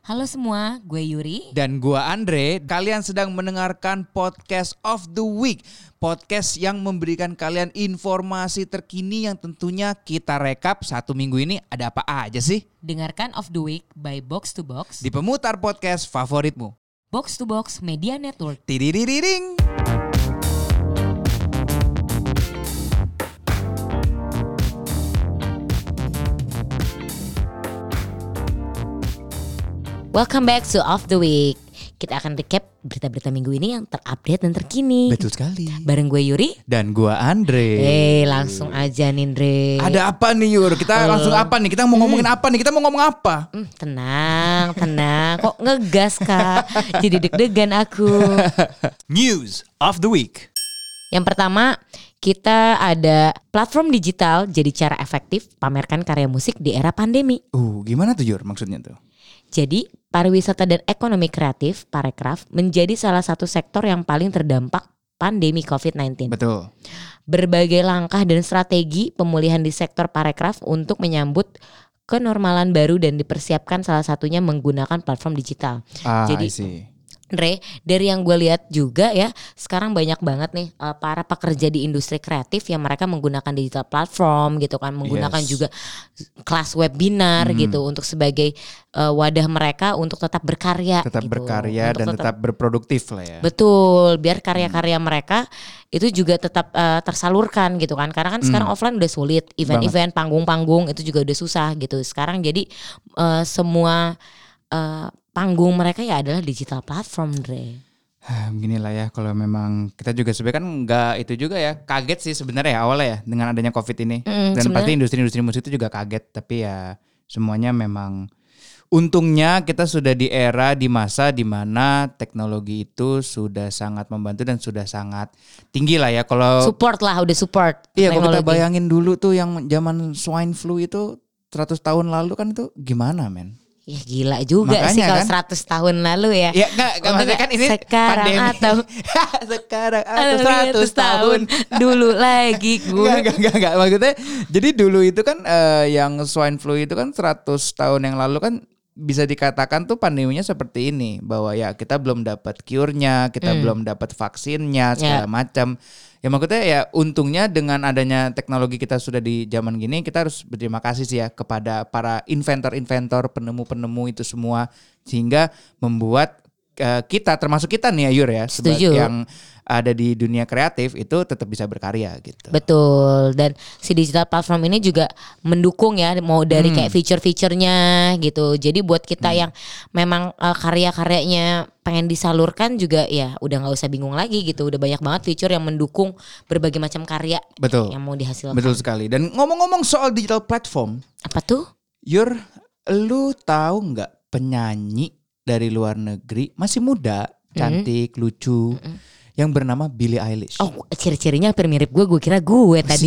Halo semua, gue Yuri. Dan gua Andre. Kalian sedang mendengarkan Podcast of the Week. Podcast yang memberikan kalian informasi terkini yang tentunya kita rekap satu minggu ini ada apa aja sih. Dengarkan Of the Week by Box to Box Di pemutar podcast favoritmu. Box to Box Media Network. Tidiriring. Welcome back to Of the Week. Kita akan recap berita-berita minggu ini yang terupdate dan terkini. Betul sekali. Bareng gue Yuri. Dan gua Andre. Langsung aja nih Andre. Ada apa nih Yur? Kita langsung apa nih? Kita mau ngomongin apa nih? Kita mau ngomong apa? Tenang. Kok ngegas Kak? Jadi deg-degan aku. News of the Week. Yang pertama, kita ada platform digital jadi cara efektif pamerkan karya musik di era pandemi. Gimana tuh Yur maksudnya tuh? Jadi, pariwisata dan ekonomi kreatif, Parekraf, menjadi salah satu sektor yang paling terdampak pandemi COVID-19. Betul. Berbagai langkah dan strategi pemulihan di sektor Parekraf untuk menyambut kenormalan baru dan dipersiapkan salah satunya menggunakan platform digital. Jadi, Andre, dari yang gue lihat juga ya, sekarang banyak banget nih para pekerja di industri kreatif yang mereka menggunakan digital platform gitu kan, menggunakan juga kelas webinar gitu untuk sebagai wadah mereka untuk tetap berkarya. Tetap gitu. berkarya untuk dan tetap berproduktif lah ya. Betul, biar karya-karya mereka itu juga tetap tersalurkan gitu kan. Karena kan sekarang offline udah sulit, event-event, panggung-panggung itu juga udah susah gitu. Sekarang jadi semua panggung mereka ya adalah digital platform, Dre. Beginilah ya, kalau memang kita juga sebenarnya kan nggak itu juga ya, kaget sih sebenarnya ya awalnya ya dengan adanya COVID ini. Dan pasti industri-industri musik itu juga kaget, tapi ya semuanya memang untungnya kita sudah di era di masa di mana teknologi itu sudah sangat membantu dan sudah sangat tinggi lah ya. Kalau support lah, udah support. Iya, kalau kita bayangin dulu tuh yang zaman swine flu itu 100 tahun lalu kan itu gimana men? Ya gila juga makanya sih kalau kan, 100 tahun lalu ya. Ya enggak maksudnya kan ini sekarang pandemi. Sekarang atau 100 tahun dulu lagi gue. Enggak maksudnya. Jadi dulu itu kan yang swine flu itu kan 100 tahun yang lalu kan bisa dikatakan tuh pandeminya seperti ini, bahwa ya kita belum dapat cure-nya, kita belum dapat vaksinnya segala macam. Ya maksudnya ya untungnya dengan adanya teknologi kita sudah di zaman gini, kita harus berterima kasih sih ya kepada para inventor-inventor, penemu-penemu itu semua, sehingga membuat kita, termasuk kita nih ya Yur ya, sebagai yang ada di dunia kreatif itu tetap bisa berkarya gitu. Betul, dan si digital platform ini juga mendukung ya, mau dari kayak feature-featurenya gitu. Jadi buat kita yang memang karya-karyanya pengen disalurkan juga ya udah nggak usah bingung lagi gitu. Udah banyak banget fitur yang mendukung berbagai macam karya yang mau dihasilkan. Betul sekali. Dan ngomong-ngomong soal digital platform, apa tuh? Yur, lu tahu nggak penyanyi dari luar negeri masih muda, cantik, lucu, yang bernama Billie Eilish? Oh, ciri-cirinya hampir mirip gue kira gue tadi.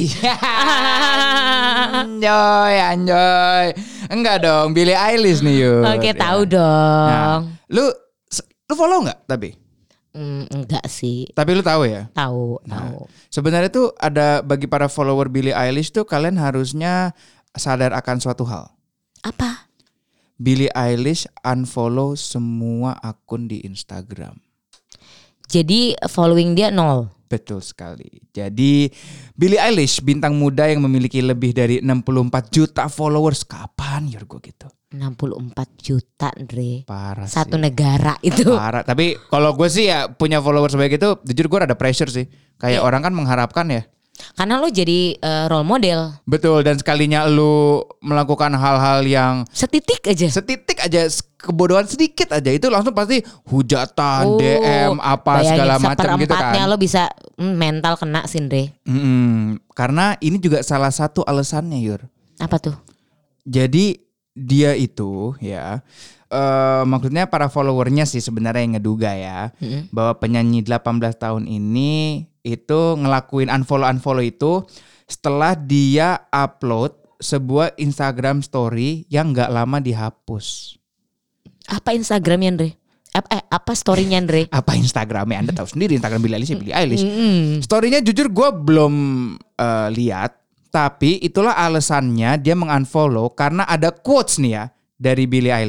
Anjoy. Enggak dong, Billie Eilish nih Yur. Oke, tahu dong. Nah, lu follow nggak tapi? Enggak sih. Tapi lu tahu ya? Tahu. Sebenarnya tuh ada bagi para follower Billie Eilish tuh kalian harusnya sadar akan suatu hal. Apa? Billie Eilish unfollow semua akun di Instagram. Jadi following dia 0. Betul sekali. Jadi Billie Eilish, bintang muda yang memiliki lebih dari 64 juta followers. Kapan ya gue gitu? 64 juta, Andre. Parah sih. Satu negara itu. Parah. Tapi kalau gue sih ya punya followers sebagai itu, jujur gue ada pressure sih. Kayak orang kan mengharapkan ya. Karena lo jadi role model. Betul, dan sekalinya lo melakukan hal-hal yang setitik aja, kebodohan sedikit aja, itu langsung pasti hujatan, DM, apa segala macam gitu kan. Seperempatnya lo bisa mental kena sih, Andre. Karena ini juga salah satu alasannya, Yur. Apa tuh? Jadi dia itu ya, maksudnya para followernya sih sebenarnya yang ngeduga ya, bahwa penyanyi 18 tahun ini itu ngelakuin unfollow itu setelah dia upload sebuah Instagram story yang gak lama dihapus. Apa Instagramnya, Andre? Apa story-nya, Andre? Apa Instagramnya? Anda tahu sendiri Instagram Billie Eilish. Story-nya jujur gue belum lihat, tapi itulah alasannya dia mengunfollow karena ada quotes nih ya dari Billie Eilish.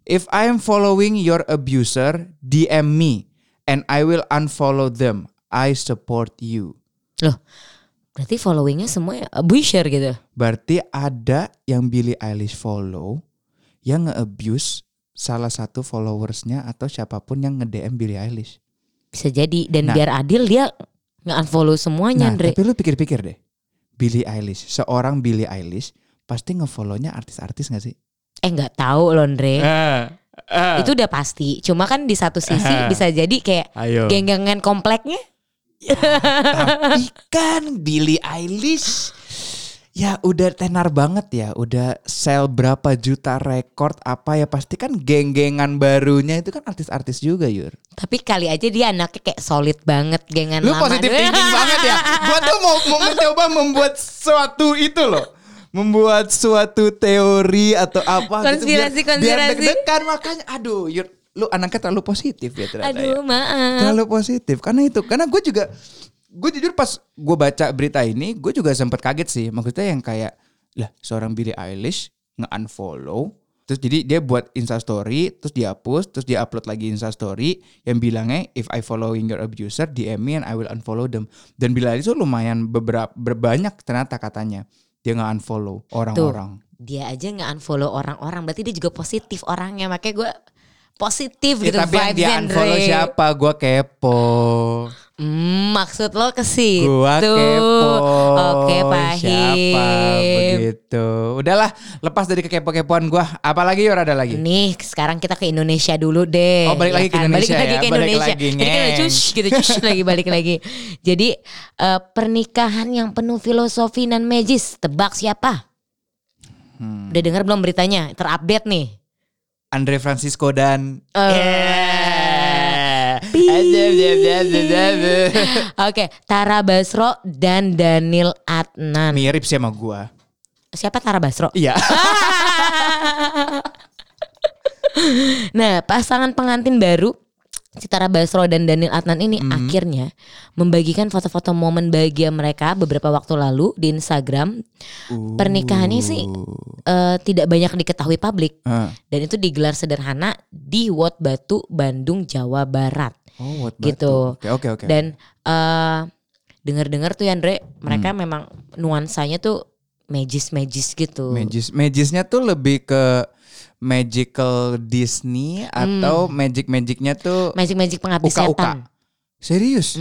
If I am following your abuser, DM me and I will unfollow them. I support you. Loh, berarti followingnya semua abuser gitu. Berarti ada yang Billie Eilish follow yang nge-abuse salah satu followersnya atau siapapun yang nge-DM Billie Eilish. Bisa jadi, dan biar adil dia nge-unfollow semuanya, Andre. Tapi lu pikir-pikir deh, Billie Eilish, seorang Billie Eilish pasti nge-follow-nya artis-artis gak sih? Nggak tahu loh, Andre. Itu udah pasti. Cuma kan di satu sisi bisa jadi kayak geng-gengan kompleknya. Ya, tapi kan Billie Eilish ya udah tenar banget ya, udah sell berapa juta rekor apa ya, pasti kan geng-gengan barunya itu kan artis-artis juga, Yur. Tapi kali aja dia anaknya kayak solid banget, gengan lama. Lu positif thinking banget ya. Gua tuh mau mencoba membuat suatu itu loh. Membuat suatu teori atau apa konspirasi, gitu biar deg-degan, makanya aduh, Yur, lu anaknya terlalu positif ya ternyata. Aduh, maaf. Terlalu positif karena gue jujur pas gue baca berita ini gue juga sempat kaget sih, maksudnya yang kayak lah seorang Billie Eilish nge-unfollow terus jadi dia buat Instastory terus dihapus terus dia upload lagi Instastory yang bilangnya if I following your abuser DM me and I will unfollow them, dan Billie Eilish tuh lumayan banyak ternyata katanya dia nge-unfollow orang-orang. Tuh, dia aja nge-unfollow orang-orang berarti dia juga positif orangnya, makanya gue positif gitu. Tapi yang dia unfollow siapa? Gue kepo. Maksud lo ke situ. Gua kepo. Oke, paham. Siapa begitu. Udahlah, lepas dari kekepo-kepoan gue. Apalagi Yor, ada lagi? Nih, sekarang kita ke Indonesia dulu deh. Oh, balik lagi ke Indonesia. Balik lagi ke Indonesia. Jadi kita lagi balik lagi. Jadi pernikahan yang penuh filosofi dan magis. Tebak siapa? Udah dengar belum beritanya? Terupdate nih. Andre Francisco dan Oke, Tara Basro dan Daniel Adnan. Mirip sih sama gua. Siapa Tara Basro? Iya. Nah, pasangan pengantin baru Tara Basro dan Daniel Adnan ini akhirnya membagikan foto-foto momen bahagia mereka beberapa waktu lalu di Instagram. Pernikahannya sih tidak banyak diketahui publik dan itu digelar sederhana di Wat Batu, Bandung, Jawa Barat. Oh, Wat Batu. Gitu. Oke. Dan dengar-dengar tuh ya Andre, mereka memang nuansanya tuh magis gitu. Magisnya tuh lebih ke magical Disney atau magicnya tuh magic penghabis setan. Serius?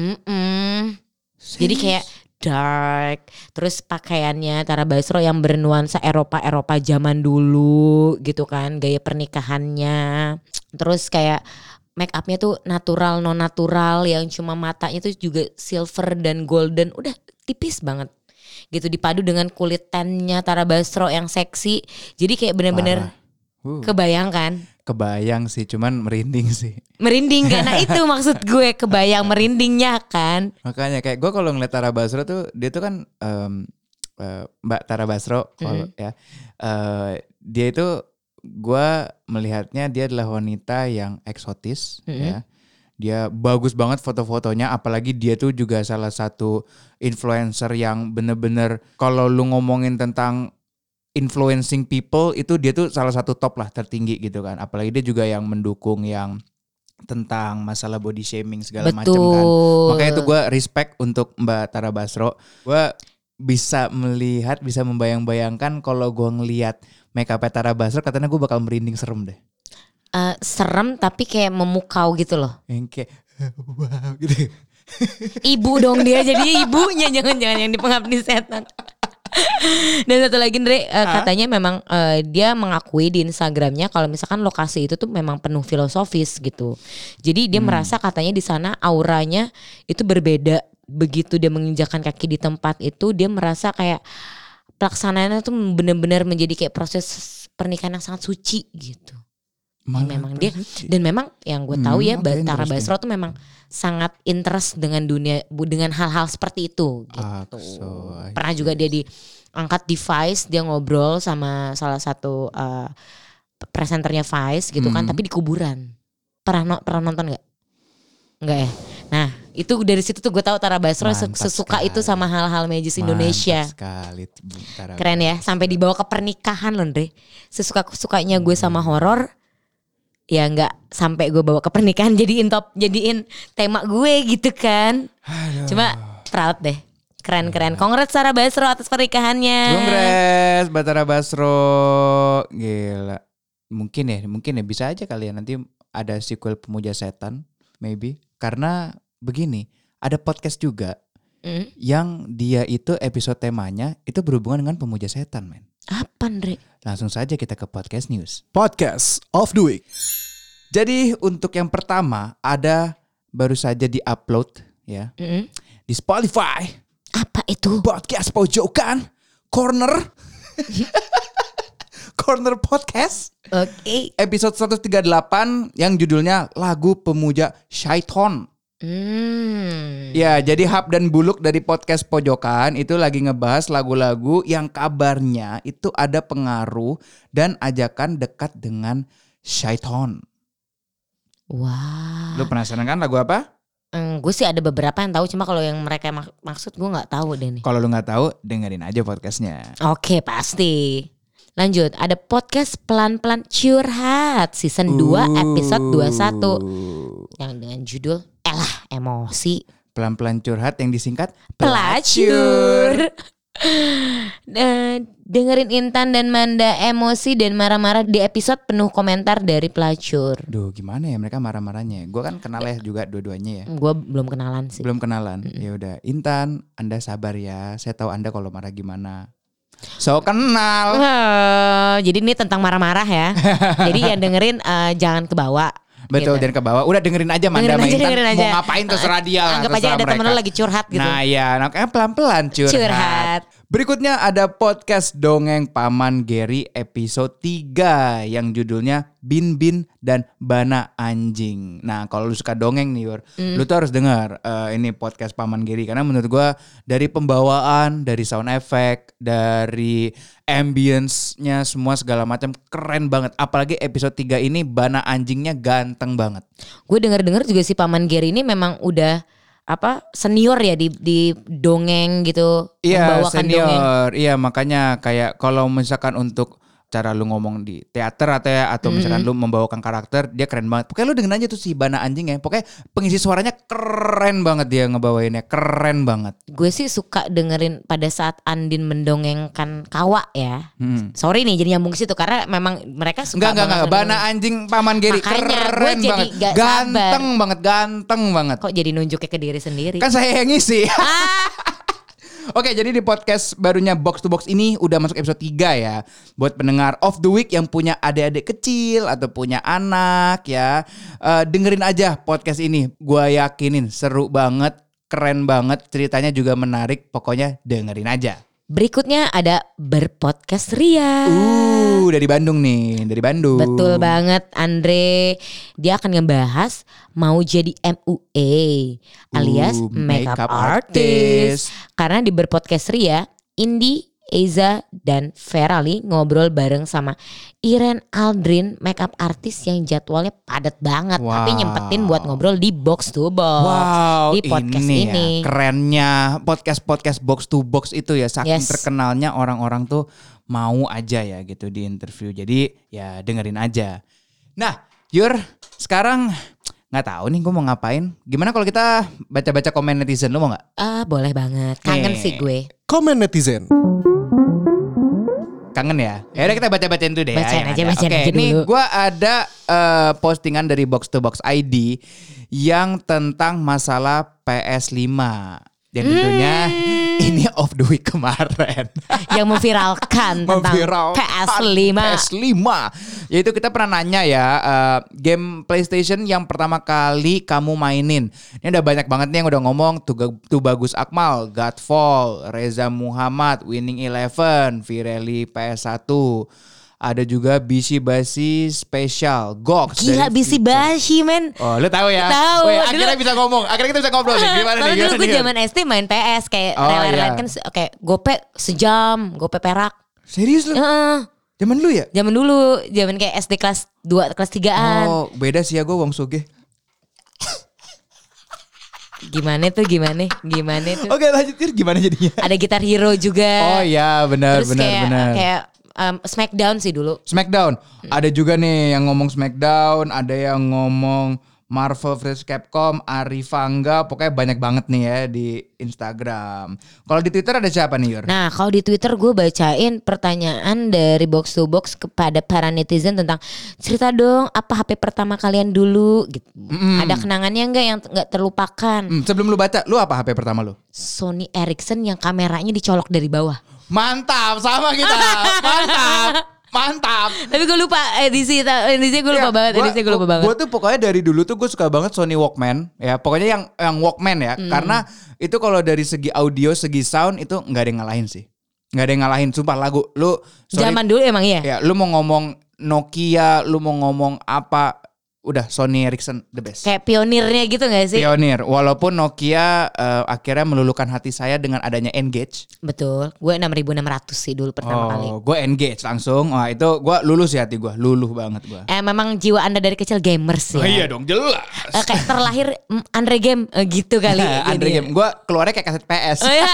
Jadi kayak dark. Terus pakaiannya Tara Basro yang bernuansa Eropa zaman dulu gitu kan, gaya pernikahannya. Terus kayak make upnya tuh natural, non natural, yang cuma matanya tuh juga silver dan golden, udah tipis banget gitu, dipadu dengan kulit tannya Tara Basro yang seksi. Jadi kayak bener-bener Kebayang sih, cuman merinding sih. Merinding karena itu maksud gue, kebayang merindingnya kan. Makanya kayak gue kalau ngeliat Tara Basro tuh, dia tuh kan Mbak Tara Basro ya, dia itu gue melihatnya dia adalah wanita yang eksotis ya. Dia bagus banget foto-fotonya, apalagi dia tuh juga salah satu influencer yang bener-bener kalau lu ngomongin tentang influencing people itu dia tuh salah satu top lah, tertinggi gitu kan. Apalagi dia juga yang mendukung yang tentang masalah body shaming segala macam kan. Makanya itu gue respect untuk Mbak Tara Basro. Gue bisa melihat, bisa membayang-bayangkan kalau gue ngelihat make up Tara Basro, katanya gue bakal merinding serem deh. Serem tapi kayak memukau gitu loh. Yang kayak wow gitu. Ibu dong dia, jadi ibunya jangan-jangan yang di pengabdi setan. Dan satu lagi Andre, katanya memang dia mengakui di Instagramnya kalau misalkan lokasi itu tuh memang penuh filosofis gitu. Jadi dia merasa katanya di sana auranya itu berbeda. Begitu dia menginjakan kaki di tempat itu, dia merasa kayak pelaksanaannya tuh benar-benar menjadi kayak proses pernikahan yang sangat suci gitu. Memang dia suci. Dan memang yang gue tahu ya, Tara Basro tuh memang sangat interest dengan dunia, dengan hal-hal seperti itu gitu. Pernah juga dia diangkat di Vice, dia ngobrol sama salah satu presenternya Vice gitu kan, tapi di kuburan. Pernah nonton nggak? Nggak ya. Nah itu dari situ tuh gue tahu Tara Basro sesuka sekali itu sama hal-hal magis Indonesia. Sekali, keren ya, sampai dibawa ke pernikahan loh Andre. Sukanya gue sama horor, ya nggak sampai gue bawa ke pernikahan jadiin tema gue gitu kan. Cuma proud deh. Keren. Congrats Tara Basro atas pernikahannya. Congrats Tara Basro. Gila. Mungkin ya bisa aja kali ya nanti ada sequel Pemuja Setan maybe. Karena begini, ada podcast juga yang dia itu episode temanya itu berhubungan dengan pemuja setan, men. Apa, Andre? Langsung saja kita ke podcast news. Podcast of the Week. Jadi untuk yang pertama ada baru saja di-upload ya di Spotify. Apa itu? Podcast Pojokan Corner. Corner Podcast. Oke. Episode 138 yang judulnya Lagu Pemuja Syaiton. Ya, jadi Hap dan Buluk dari podcast Pojokan itu lagi ngebahas lagu-lagu yang kabarnya itu ada pengaruh dan ajakan dekat dengan syaiton. Wah. Lu penasaran kan lagu apa? Gue sih ada beberapa yang tahu, cuma kalau yang mereka maksud gue nggak tahu deh nih. Kalau lu nggak tahu, dengerin aja podcastnya. Oke, pasti. Lanjut, ada podcast Pelan-Pelan Curhat season 2 episode 21 yang dengan judul Emosi. Pelan-pelan curhat yang disingkat Pelacur. Dengerin Intan dan Manda emosi dan marah-marah di episode penuh komentar dari pelacur. Duh, gimana ya mereka marah-marahnya? Gue kan kenal ya juga dua-duanya ya. Gue belum kenalan sih. Belum kenalan. Ya udah, Intan, Anda sabar ya. Saya tahu Anda kalau marah gimana. So kenal. Jadi ini tentang marah-marah ya. Jadi yang dengerin jangan kebawa. Betul, gitu. Dan ke bawah. Udah dengerin aja Manda sama Intan. Mau ngapain terserah dia lah. Anggap aja ada temen lo lagi curhat gitu. Nah ya, makanya pelan-pelan curhat. Berikutnya ada podcast Dongeng Paman Geri episode 3 yang judulnya Bin Bin dan Bana Anjing. Nah kalau lu suka dongeng nih Yor, lu tuh harus dengar ini podcast Paman Geri. Karena menurut gue dari pembawaan, dari sound effect, dari ambience-nya semua segala macam keren banget. Apalagi episode 3 ini Bana Anjingnya ganteng banget. Gue dengar juga si Paman Geri ini memang udah senior ya di dongeng gitu. Iya senior dongeng. Iya makanya kayak kalau misalkan untuk cara lu ngomong di teater atau misalkan lu membawakan karakter, dia keren banget. Pokoknya lu dengerin aja tuh si Bana Anjing ya. Pokoknya pengisi suaranya keren banget dia ngebawainnya, keren banget. Gue sih suka dengerin pada saat Andin mendongengkan Kawa ya. Sorry nih jadi nyambung ke situ karena memang mereka suka. Enggak. Bana Anjing Paman Geri keren banget. Ganteng banget. Kok jadi nunjuknya ke diri sendiri? Kan saya yang ngisi. Oke, jadi di podcast barunya Box to Box ini udah masuk episode 3 ya. Buat pendengar of the week yang punya adik-adik kecil atau punya anak ya, dengerin aja podcast ini. Gua yakinin seru banget, keren banget, ceritanya juga menarik. Pokoknya dengerin aja. Berikutnya ada Berpodcast Ria. Dari Bandung nih, dari Bandung. Betul banget Andre. Dia akan ngebahas mau jadi MUA alias makeup artist. Karena di Berpodcast Ria, Indi, Eza dan Ferali ngobrol bareng sama Iren Aldrin, makeup artist yang jadwalnya padat banget. Tapi nyempetin buat ngobrol di Box to Box. Di podcast ini. Ya, kerennya podcast Box to Box itu ya. Saking terkenalnya orang-orang tuh mau aja ya gitu di interview. Jadi ya dengerin aja. Nah Yur, sekarang gak tahu nih gue mau ngapain. Gimana kalau kita baca-baca komen netizen, lu mau gak? Boleh banget, kangen sih gue. Komen netizen. Kangen ya? Ya udah kita bacain tuh deh. Bacain aja dulu. Ini gue ada postingan dari Box to Box ID yang tentang masalah PS5. Dan tentunya ini of the week kemarin. Yang memviralkan tentang PS5. Yaitu kita pernah nanya ya, game PlayStation yang pertama kali kamu mainin. Ini udah banyak banget nih yang udah ngomong. Tubagus Akmal, Godfall, Reza Muhammad, Winning Eleven, Vireli PS1. Ada juga Bisi Basi Special Gox. Gila Bisi Basi men. Oh lu tahu ya. Tahu. Akhirnya bisa ngomong. Akhirnya kita bisa ngobrol nih. Gimana nih? Dulu gue zaman SD main PS kayak rela-relaan kan kayak gope sejam, gope perak. Serius lu? Zaman lu ya? Zaman dulu, zaman kayak SD kelas 2, kelas 3-an. Oh beda sih ya gue Wong Soge. Gimana tuh? Oke lanjutin gimana jadinya? Ada Gitar Hero juga. Oh iya benar. Kayak Smackdown sih dulu. Smackdown. Ada juga nih yang ngomong Smackdown, ada yang ngomong Marvel vs Capcom, Arifangga, pokoknya banyak banget nih ya di Instagram. Kalau di Twitter ada siapa nih, Yur? Nah, kalau di Twitter gue bacain pertanyaan dari box to box kepada para netizen tentang cerita dong apa HP pertama kalian dulu gitu. Ada kenangannya enggak yang enggak terlupakan? Sebelum lu baca, lu apa HP pertama lu? Sony Ericsson yang kameranya dicolok dari bawah. Mantap, sama kita. Mantap. Tapi gue lupa edisinya gue lupa banget. Gue tuh pokoknya dari dulu tuh gue suka banget Sony Walkman. Ya pokoknya yang Walkman ya. Karena itu kalau dari segi audio, segi sound itu gak ada yang ngalahin sih. Gak ada yang ngalahin, sumpah lagu. Lu zaman dulu emang iya? Ya lu mau ngomong Nokia, lu mau ngomong apa, udah Sony Ericsson the best. Kayak pionirnya gitu gak sih? Pionir. Walaupun Nokia akhirnya meluluhkan hati saya dengan adanya Engage. Betul. Gue 6.600 sih dulu pertama kali. Gue Engage langsung. Wah itu gue luluh sih hati gue. Luluh banget gue. Memang jiwa Anda dari kecil gamers ya? Oh iya dong, jelas. Kayak terlahir Andre Game gitu kali. Andre Game. Gue keluarnya kayak kaset PS. Oh, iya.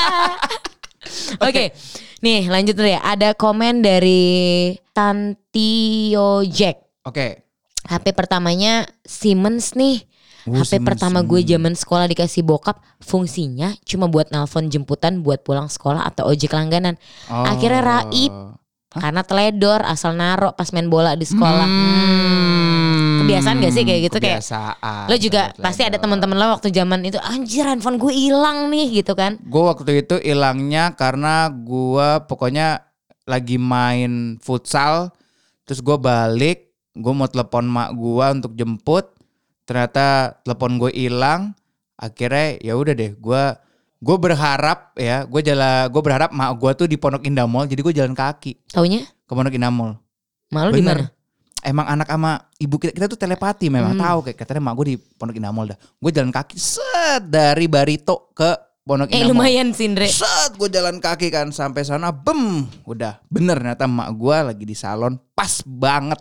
Oke. Nih lanjut dulu ya. Ada komen dari Tantio Jack. Oke. HP pertamanya Siemens nih. HP Siemens. pertama gue zaman sekolah dikasih bokap, fungsinya cuma buat nelpon jemputan buat pulang sekolah atau ojek langganan. Akhirnya raib karena teledor asal naro pas main bola di sekolah. Kebiasaan gak sih kayak gitu? Kebiasaan. Kayak lo juga pasti ada teman-teman lo waktu zaman itu, anjir handphone gue hilang nih gitu kan. Gue waktu itu hilangnya karena gue pokoknya lagi main futsal, terus gue balik. Gue mau telepon mak gue untuk jemput, ternyata telepon gue hilang. Akhirnya ya udah deh, gue berharap ya, gue berharap mak gue tuh di Pondok Indah Mall, jadi gue jalan kaki. Taunya? Ke Pondok Indah Mall. Mak lo di mana? Emang anak sama ibu kita tuh telepati memang tahu kayak katanya mak gue di Pondok Indah Mall dah. Gue jalan kaki dari Barito ke Pondok Indah Mall. Lumayan sih Ndre. Gue jalan kaki kan sampai sana, udah bener ternyata mak gue lagi di salon, pas banget.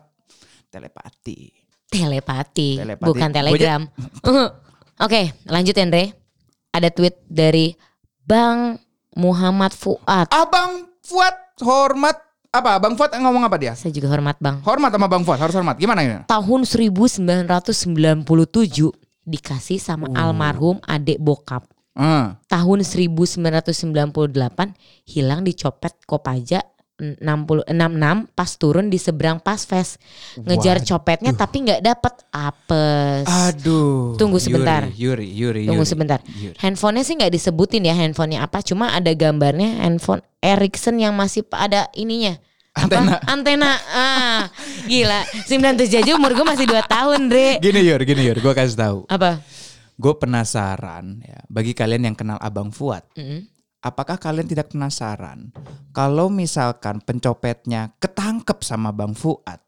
Telepati. Bukan telegram. Oke, lanjut Andre. Ada tweet dari Bang Muhammad Fuad. Abang Fuad, hormat. Apa Bang Fuad ngomong apa dia? Saya juga hormat Bang. Hormat sama Bang Fuad, harus hormat. Gimana ini? Tahun 1997 dikasih sama almarhum adik bokap. Tahun 1998 hilang dicopet Kopaja 66 pas turun di seberang Pasves. Ngejar copetnya tapi gak dapet apes. Aduh. Tunggu sebentar. Yuri. Tunggu sebentar. Handphonenya sih gak disebutin ya handphonenya apa. Cuma ada gambarnya handphone Ericsson yang masih ada ininya. Antena. Gila. 97 aja umur gue masih 2 tahun Dre. Gini Yur, gue kasih tahu. Apa? Gue penasaran ya. Bagi kalian yang kenal Abang Fuad. Apakah kalian tidak penasaran kalau misalkan pencopetnya ketangkep sama Bang Fuad,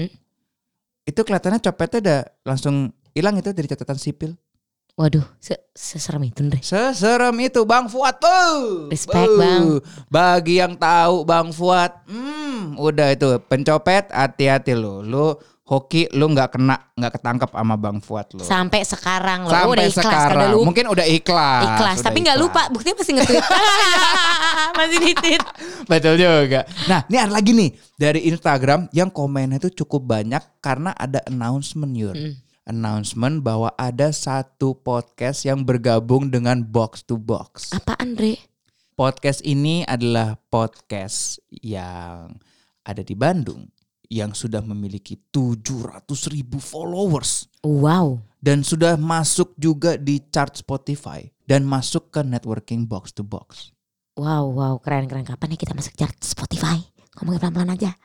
itu kelihatannya copetnya udah langsung hilang itu dari catatan sipil. Waduh, seserem itu Ndre. Seserem itu Bang Fuad tuh. Respect Bang. Bagi yang tahu Bang Fuad, udah itu pencopet hati-hati lo. Lu hoki lu nggak ketangkep sama Bang Fuad lo. Sampai sekarang lo udah ikhlas. Sekarang mungkin udah ikhlas. Ikhlas tapi nggak lupa, buktinya masih nge-tweet. Masih di-tweet. Betul juga. Nah ini ada lagi nih dari Instagram yang komennya tuh cukup banyak karena ada announcement Yur. Announcement bahwa ada satu podcast yang bergabung dengan Box to Box. Apa Andre? Podcast ini adalah podcast yang ada di Bandung. Yang sudah memiliki 700.000 followers. Wow. Dan sudah masuk juga di chart Spotify. Dan masuk ke networking Box to Box. Wow, keren. Kapan nih kita masuk chart Spotify? Ngomongin pelan-pelan aja.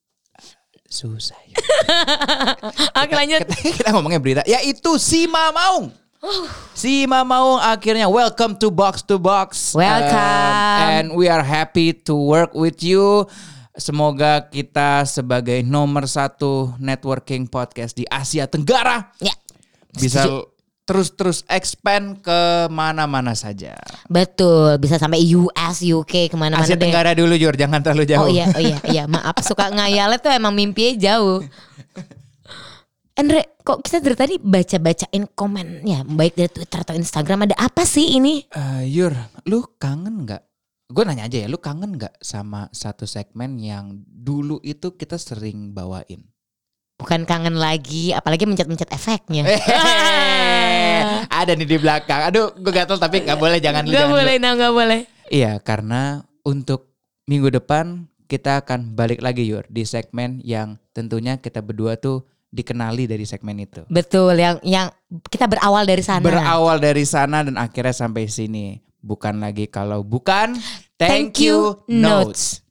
Susah ya. Oke lanjut. Kita ngomongnya berita. Yaitu Sima Maung. Sima Maung akhirnya welcome to Box to Box. Welcome. And we are happy to work with you. Semoga kita sebagai nomor 1 networking podcast di Asia Tenggara bisa terus expand ke mana-mana saja. Betul, bisa sampai US, UK, kemana-mana. Asia Tenggara dulu Jur, jangan terlalu jauh. Oh iya, maaf suka ngayalnya tuh emang mimpinya jauh. Andre, kok kita dari tadi baca-bacain komennya baik dari Twitter atau Instagram, ada apa sih ini? Yur, lu kangen gak gue nanya aja ya, lu kangen gak sama satu segmen yang dulu itu kita sering bawain? Bukan kangen lagi, apalagi mencet-mencet efeknya. Ada nih di belakang. Aduh, gue gatel tapi gak boleh, jangan lu. Gak boleh, gak boleh. Iya, karena untuk minggu depan kita akan balik lagi Yur di segmen yang tentunya kita berdua tuh dikenali dari segmen itu. Betul, yang kita berawal dari sana. Berawal dari sana dan akhirnya sampai sini. Bukan lagi kalau bukan Thank You Notes.